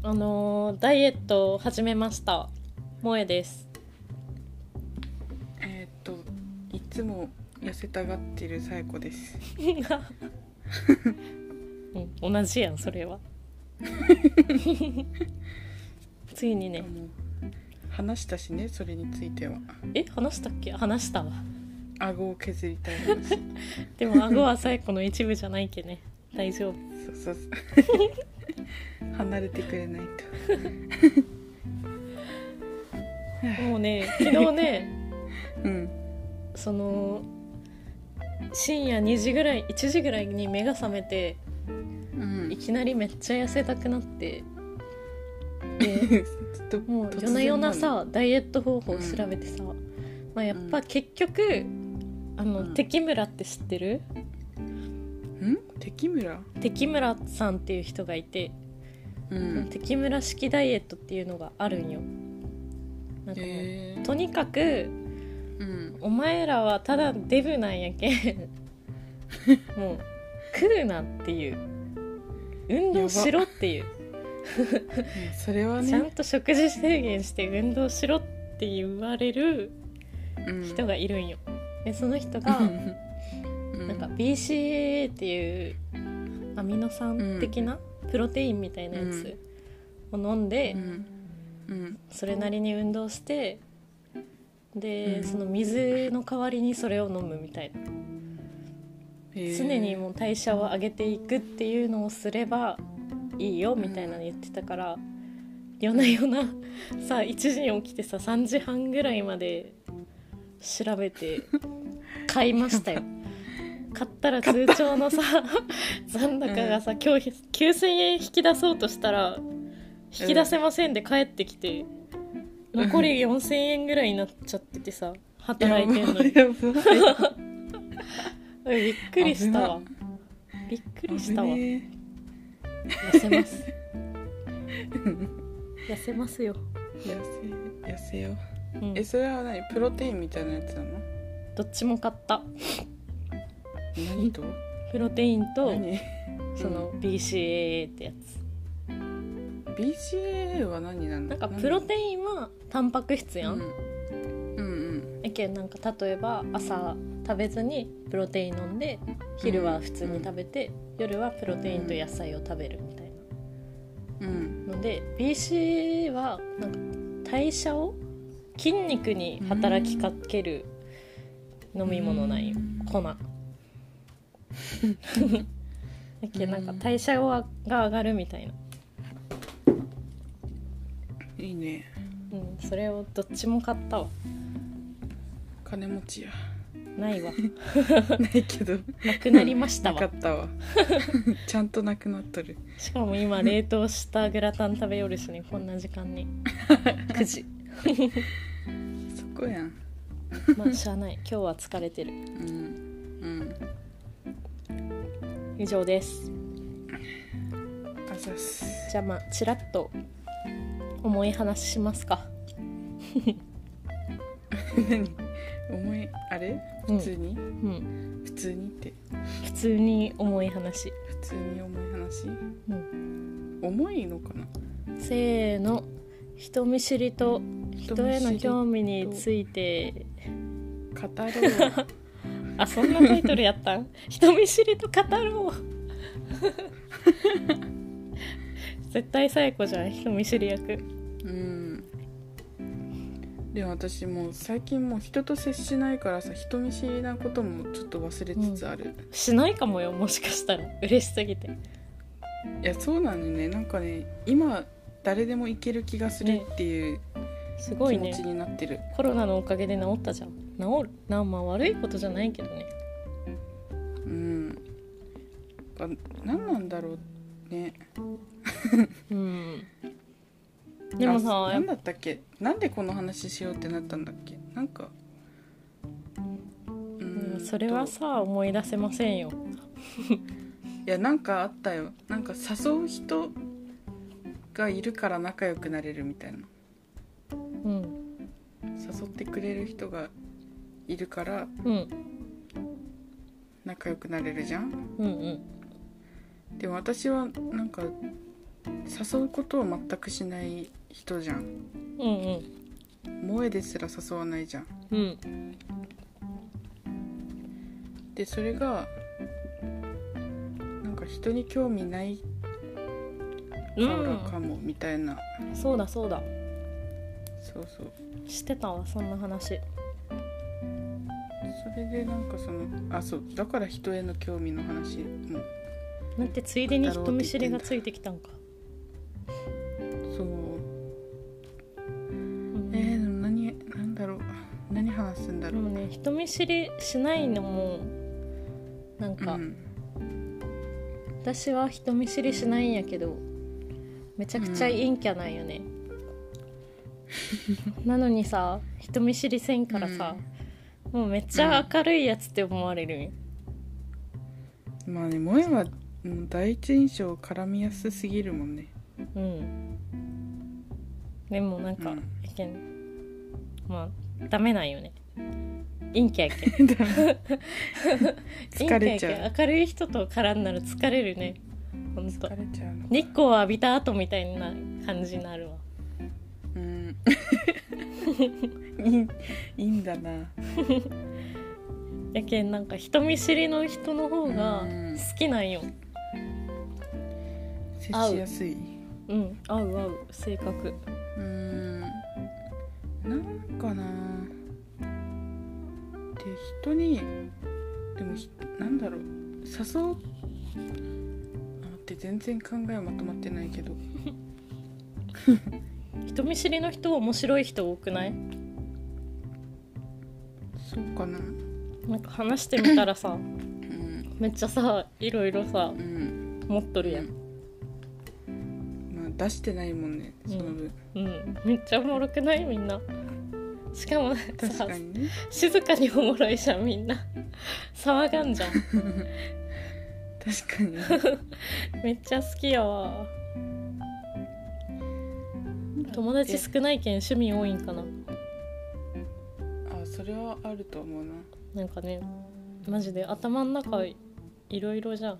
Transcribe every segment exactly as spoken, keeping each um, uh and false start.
あのー、ダイエットを始めました。萌えです。 えー、っといつも痩せたがってるさえこです。 うん、同じやんそれは。ついにね。 話したしね、それについては。 え、話したっけ？話したわ。 顎を削りたい話。 でも顎はさえこの一部じゃないけね。大丈夫。 そうそうそう。離れてくれないと。もうね、昨日ね、 うん、 その深夜にじぐらい、いちじぐらいに目が覚めて、うん、いきなりめっちゃ痩せたくなって。でもう夜な夜なさダイエット方法を調べてさ、うん、まあ、やっぱ結局、うん、あの、うん、敵村って知ってる？ ん？敵村？ 敵村さんっていう人がいて、うん、敵村式ダイエットっていうのがあるんよ。なんかもう、えー、とにかく、うん、お前らはただデブなんやけんもう食うなっていう、運動しろっていうそれはね、 ちゃんと食事制限して運動しろって言われる人がいるんよ、うん、でその人がなんか ビーシーエー っていうアミノ酸的なプロテインみたいなやつを飲んで、うんうん、それなりに運動してで、うん、その水の代わりにそれを飲むみたいな、常にもう代謝を上げていくっていうのをすればいいよみたいなの言ってたから、うん、夜な夜なさいちじに起きてささんじはんぐらいまで調べて買いましたよ。買ったら通帳のさ残高がさ、うん、今日きゅうせんえん引き出そうとしたら引き出せませんで帰ってきて、うん、残りよんせんえんぐらいになっちゃっててさ、働いてんのにびっくりしたわ。びっくりしたわ。痩せます痩せますよ。 痩せ痩せよ、うん、えそれは何？プロテインみたいなやつなの？ どっちも買った。 何と？ プロテインとその ビーシーエー ってやつ。 ビーシーエー は何なの？ なんかプロテインはタンパク質やん、うん、 うんうん。 やけんなんか例えば朝食べずにプロテイン飲んで昼は普通に食べて、うん、夜はプロテインと野菜を食べるみたいな、うん、ので ビーシーエー はなんか代謝を筋肉に働きかける飲み物なんよ、うん、粉やけんなんか代謝が上がるみたいな。 いいね。 うん、それをどっちも買ったわ。 金持ちや。 ないわないけどなくなりましたわ。 なかったわちゃんとなくなっとる。 しかも今冷凍したグラタン食べよるしね、こんな時間にくじそこやん。 まあしゃあない、今日は疲れてる。うんうん。以上です。 あざす。 じゃあまあちらっと重い話しますか何？重いあれ？普通に？うん、うん、普通にって普通に重い話。 普通に重い話？うん。重いのかな？ せーの。人見知りと人への興味について語ろうあ、そんなタイトルやったん？人見知りと語ろう絶対さやこじゃん、人見知り役。うん。 でも私もう最近もう人と接しないからさ、人見知りなこともちょっと忘れつつある、うん、 しないかもよ、もしかしたら。嬉しすぎて。 いやそうなんだよね。なんかね、今誰でもいける気がするっていう、ね、すごいね、気持ちになってる。 コロナのおかげで治ったじゃん。治るな、まあ悪いことじゃないけどね。 うん。何なんだろうねうん。でもさ、何だったっけ？なんでこの話しようってなったんだっけ？なんか、 うん、それはさ思い出せませんよいやなんかあったよ。なんか誘う人がいるから仲良くなれるみたいな、うん、誘ってくれる人がいるから仲良くなれるじゃん、うんうん、でも私はなんか誘うことを全くしない人じゃん。 うんうん。萌えですら誘わないじゃん。 うん。 でそれがなんか人に興味ないからかもみたいな、 うん、そうだそうだ、 そうそうしてたわそんな話。 それでなんかそのあそうだから人への興味の話もだってついでに人見知りがついてきたんか。 そう、うん、えー、でも何なんだろう何話すんだろう。 でもね人見知りしないのもなんか、うん、私は人見知りしないんやけどめちゃくちゃ陰キャなんよね、うん、なのにさ人見知りせんからさ、うん、もうめっちゃ明るいやつって思われるんよ、 うん、まあね萌えはもう第一印象絡みやすすぎるもんね。 うんでもなんか、うん、いけんまあダメなんよね陰キャやけん疲れちゃう。 明るい人と絡んだら疲れるね。ほんと疲れちゃうの。 日光を浴びた後みたいな感じになるわ。 うんいい、いいんだなやけんなんか人見知りの人の方が好きなんよ。 接しやすい。 うん、合う合う性格。 うーんなんかなで人にでもなんだろう誘うって全然考えはまとまってないけど人見知りの人面白い人多くない？ そうかな。 なんか話してみたらさ、うん、めっちゃさいろいろさ、うん、持っとるやん、 うん、まあ出してないもんねその分、 うん、うん、めっちゃおもろくないみんな。しかも確かに、ね、 静かにおもろいじゃんみんな騒がんじゃん確かにめっちゃ好きやわ。友達少ないけん趣味多いんかな。 あ、それはあると思うな。 なんかねマジで頭の中いろいろじゃん。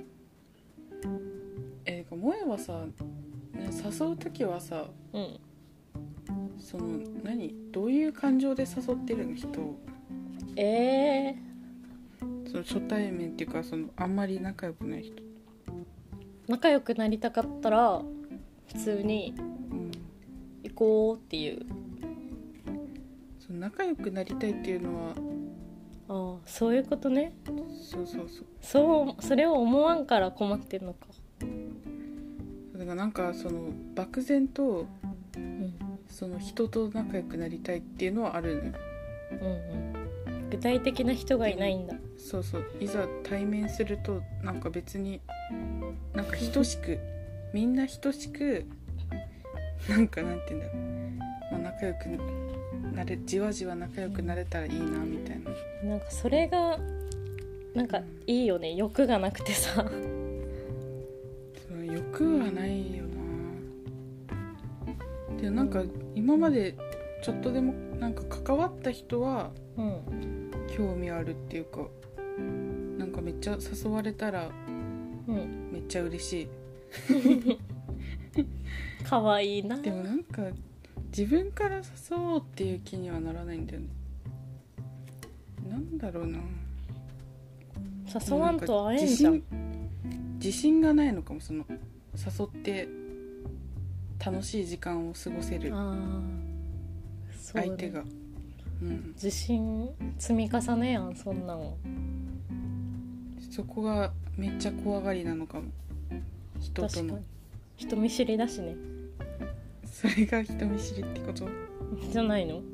えー、萌えはさ、ね、誘うときはさ、うん、その何どういう感情で誘ってるの人を。 えー、その初対面っていうかそのあんまり仲良くない人。 仲良くなりたかったら普通に行こうっていう、うん、 その仲良くなりたいっていうのはああそういうことね。 そうそうそうそうそれを思わんから困ってるのか。 だからなんかその漠然と、うん、その人と仲良くなりたいっていうのはあるのよ、 うんうん、具体的な人がいないんだ。 そうそういざ対面するとなんか別になんか等しくみんな等しくなんかなんて言うんだろう、まあ、仲良くなれじわじわ仲良くなれたらいいなみたいな。 なんかそれがなんかいいよね、うん、欲がなくてさそう欲はないよな。でもなんか今までちょっとでもなんか関わった人は興味あるっていうか、なんかめっちゃ誘われたらめっちゃ嬉しいかわいいな。 でもなんか自分から誘おうっていう気にはならないんだよね。なんだろうな、 誘わんと会えんじゃん。 自信がないのかも。その誘って楽しい時間を過ごせる相手が、うん、 自信積み重ねやんそんなの。 そこがめっちゃ怖がりなのかも。人との確かに人見知りだしね。 それが人見知りってことじゃないの？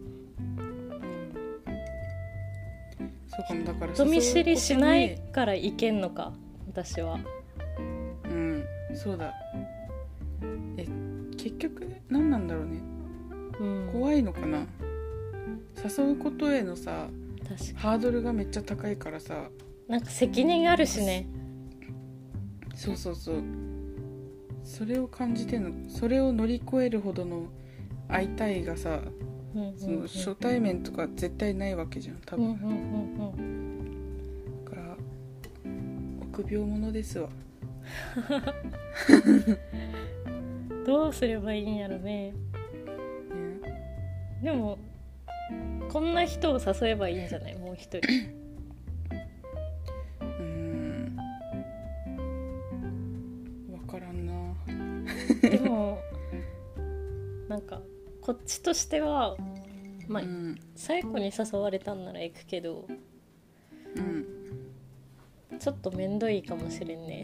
そうかも。だから人見知りしないからいけんのか私は。 うんそうだ。え結局何なんだろうね、うん、怖いのかな。誘うことへのさハードルがめっちゃ高いからさ、 なんか責任あるしね。 そうそうそう、それを感じてんの。それを乗り越えるほどの会いたいがさ、うんうんうん、その初対面とか絶対ないわけじゃん多分、うんうんうんうん、だから臆病者ですわどうすればいいんやろね。でもこんな人を誘えばいいんじゃない？もう一人。 うーん、分からんな。 でもなんかこっちとしてはまあ、うん、最後に誘われたんなら行くけど、 うん、 ちょっとめんどいかもしれんね。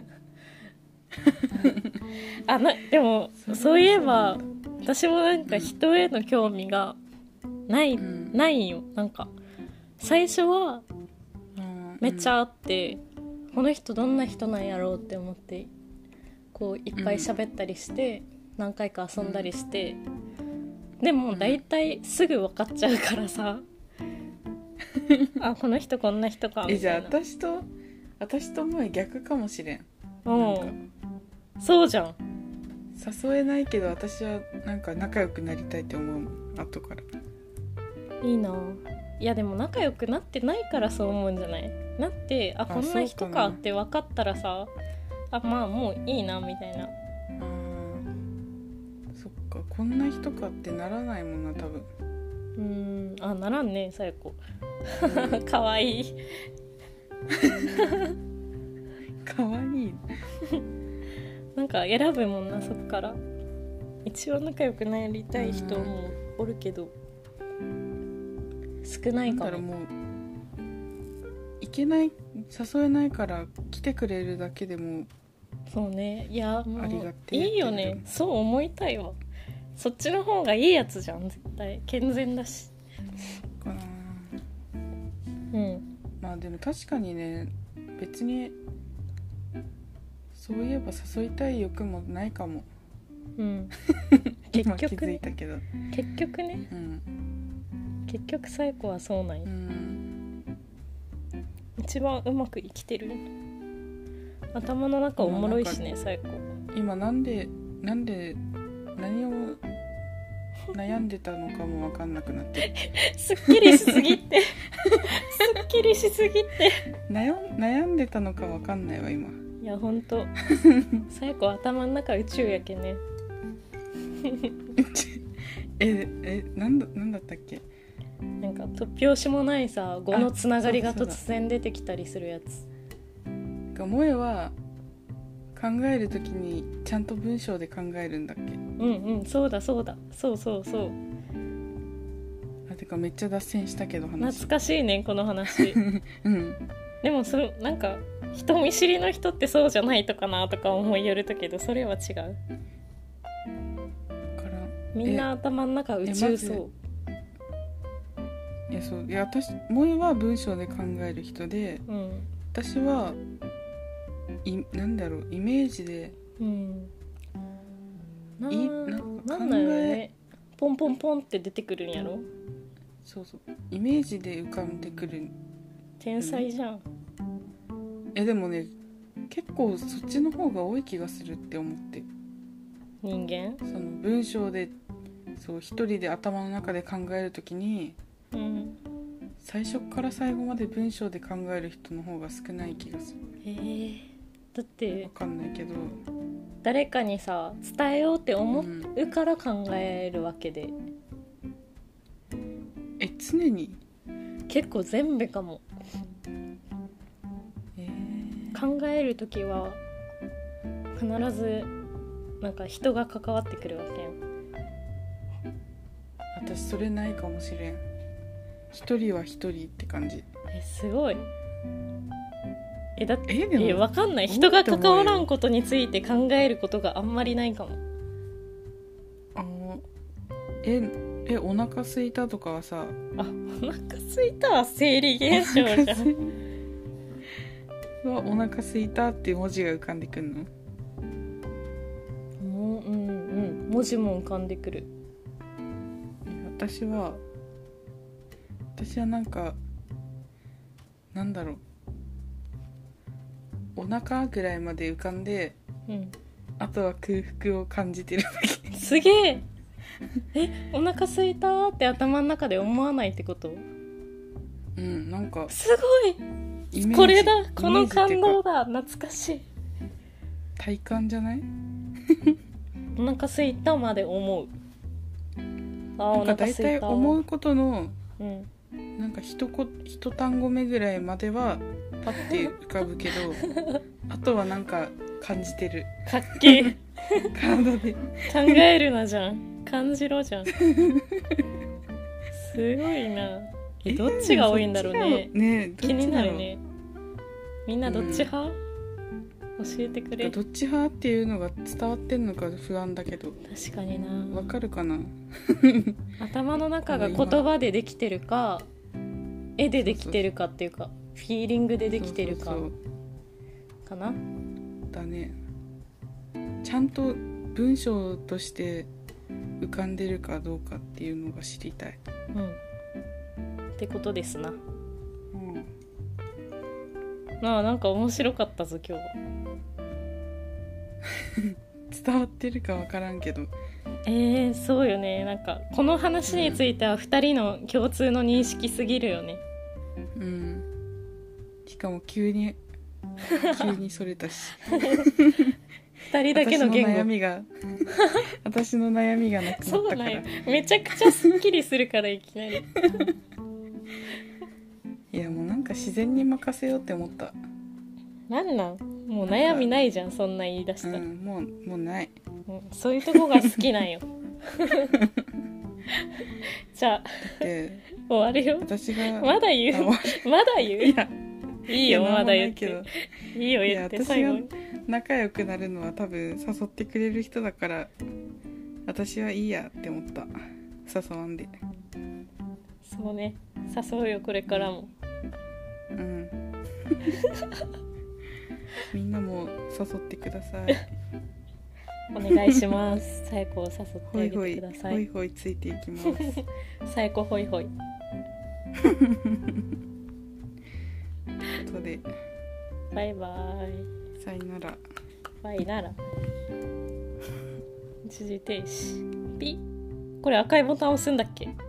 あなでもそういえば私もなんか人への興味がない、うん、ないんよ。なんか最初はめっちゃあって、うん、この人どんな人なんやろうって思ってこういっぱい喋ったりして、うん、何回か遊んだりして、でもだいたいすぐ分かっちゃうからさ、うん、あこの人こんな人かみたいな。 えじゃあ私と私とも逆かもしれん。 うんそうじゃん。 誘えないけど私はなんか仲良くなりたいって思うもん後から。 いいな。いやでも仲良くなってないからそう思うんじゃない？なってあこんな人かって分かったらさ、あまあもういいなみたいな。 あそっかこんな人かってならないもんな多分。 うーんあならんねさやこ。かわいい。 かわいい。 なんか選ぶもんなそっから。一応仲良くなりたい人もおるけど少ないかも。 なんだろうもう行けない誘えないから来てくれるだけでもそうね。いやもうありがていいよね。そう思いたいわ。そっちの方がいいやつじゃん絶対。健全だしかな。 うんまあでも確かにね別にそういえば誘いたい欲もないかも。 うん結局、ね、今気づいたけど結局ね、 うん、 結局サイコはそうなんや、うん、一番うまく生きてる。頭の中おもろいしねサイコ。 今なんでなんで何を悩んでたのかも分かんなくなってすっきりしすぎてすっきりしすぎて悩, 悩んでたのか分かんないわ今。 いやほんとサイコ頭の中宇宙やけね。 ええなんだなんだったっけ。 なんか突拍子もないさ語のつながりが突然出てきたりするやつ。 萌えは考えるときにちゃんと文章で考えるんだっけ。 うんうんそうだそうだそうそうそう。 あてかめっちゃ脱線したけど話懐かしいねこの話、 うん、 でもそれなんか人見知りの人ってそうじゃないとかなとか思いよるとけどそれは違うからみんな頭の中宇宙そう。 いやそういや私萌えは文章で考える人で、うん、私はいなんだろうイメージで、うん、 ないなんか考えなんだよねポンポンポンって出てくるんやろ。 そうそうイメージで浮かんでくる。 天才じゃん、うん、 えでもね結構そっちの方が多い気がするって思って。 人間その文章でそう一人で頭の中で考えるときに、うん、最初から最後まで文章で考える人の方が少ない気がする。 へえだって分かんないけど誰かにさ伝えようって思うから考えるわけで、うん、 え常に結構全部かも、えー、考えるときは必ずなんか人が関わってくるわけやん。 私それないかもしれん。一人は一人って感じ。 えすごい。えだってえでもえ分かんない。人が関わらんことについて考えることがあんまりないかも。 あのええお腹空いたとかはさあお腹空いたは生理現象じゃん。 お腹空いたっていう文字が浮かんでくるの。 もううんうん文字も浮かんでくる。 私は私はなんかなんだろうお腹ぐらいまで浮かんで、うん、あとは空腹を感じてるだけ。 すげええお腹空いたって頭の中で思わないってこと？ うんなんかすごいこれだこの感動だ懐かしい。 体感じゃない？ お腹空いたまで思う。あなんか大体思うことの、 うん、 なんか一こ一単語目ぐらいまではパッて浮かぶけどあとはなんか感じてる。 かっけー体で考えるなじゃん、感じろじゃんすごいな。えどっちが多いんだろうね。 ね、 気になるね。みんなどっち派、うん、教えてくれ。 どっち派っていうのが伝わってんのか不安だけど。 確かにな。 わかるかな頭の中が言葉でできてるか絵でできてるかっていうかフィーリングでできてるかそうそうそうかな。 だね。ちゃんと文章として浮かんでるかどうかっていうのが知りたい。 うんってことですな。うん。ああなんか面白かったぞ今日伝わってるか分からんけど。 えー、そうよね。なんかこの話についてはふたりの共通の認識すぎるよね。 うん。しかも急に急にそれたしふたりだけの言語。 私の悩みが私の悩みがなくなったから。そうなんよ。 めちゃくちゃすっきりするからいきなりいやもうなんか自然に任せようって思った。 なんなんもう悩みないじゃんそんな言い出したら、 うん、もうもうない、 うん、そういうとこが好きなんよじゃあ終わるよ。 私がまだ言うまだ言ういやいいよまだ言っていいよ言って。 最後私が仲良くなるのは多分誘ってくれる人だから私はいいやって思った。誘わんで。 そうね誘うよこれからも。 うんみんなも誘ってくださいお願いしますさえこを誘ってあげてください。 ほいほいついていきますさえこほいほいということでバイバイさよなら。 バイなら一時停止ピッ。これ赤いボタン押すんだっけ。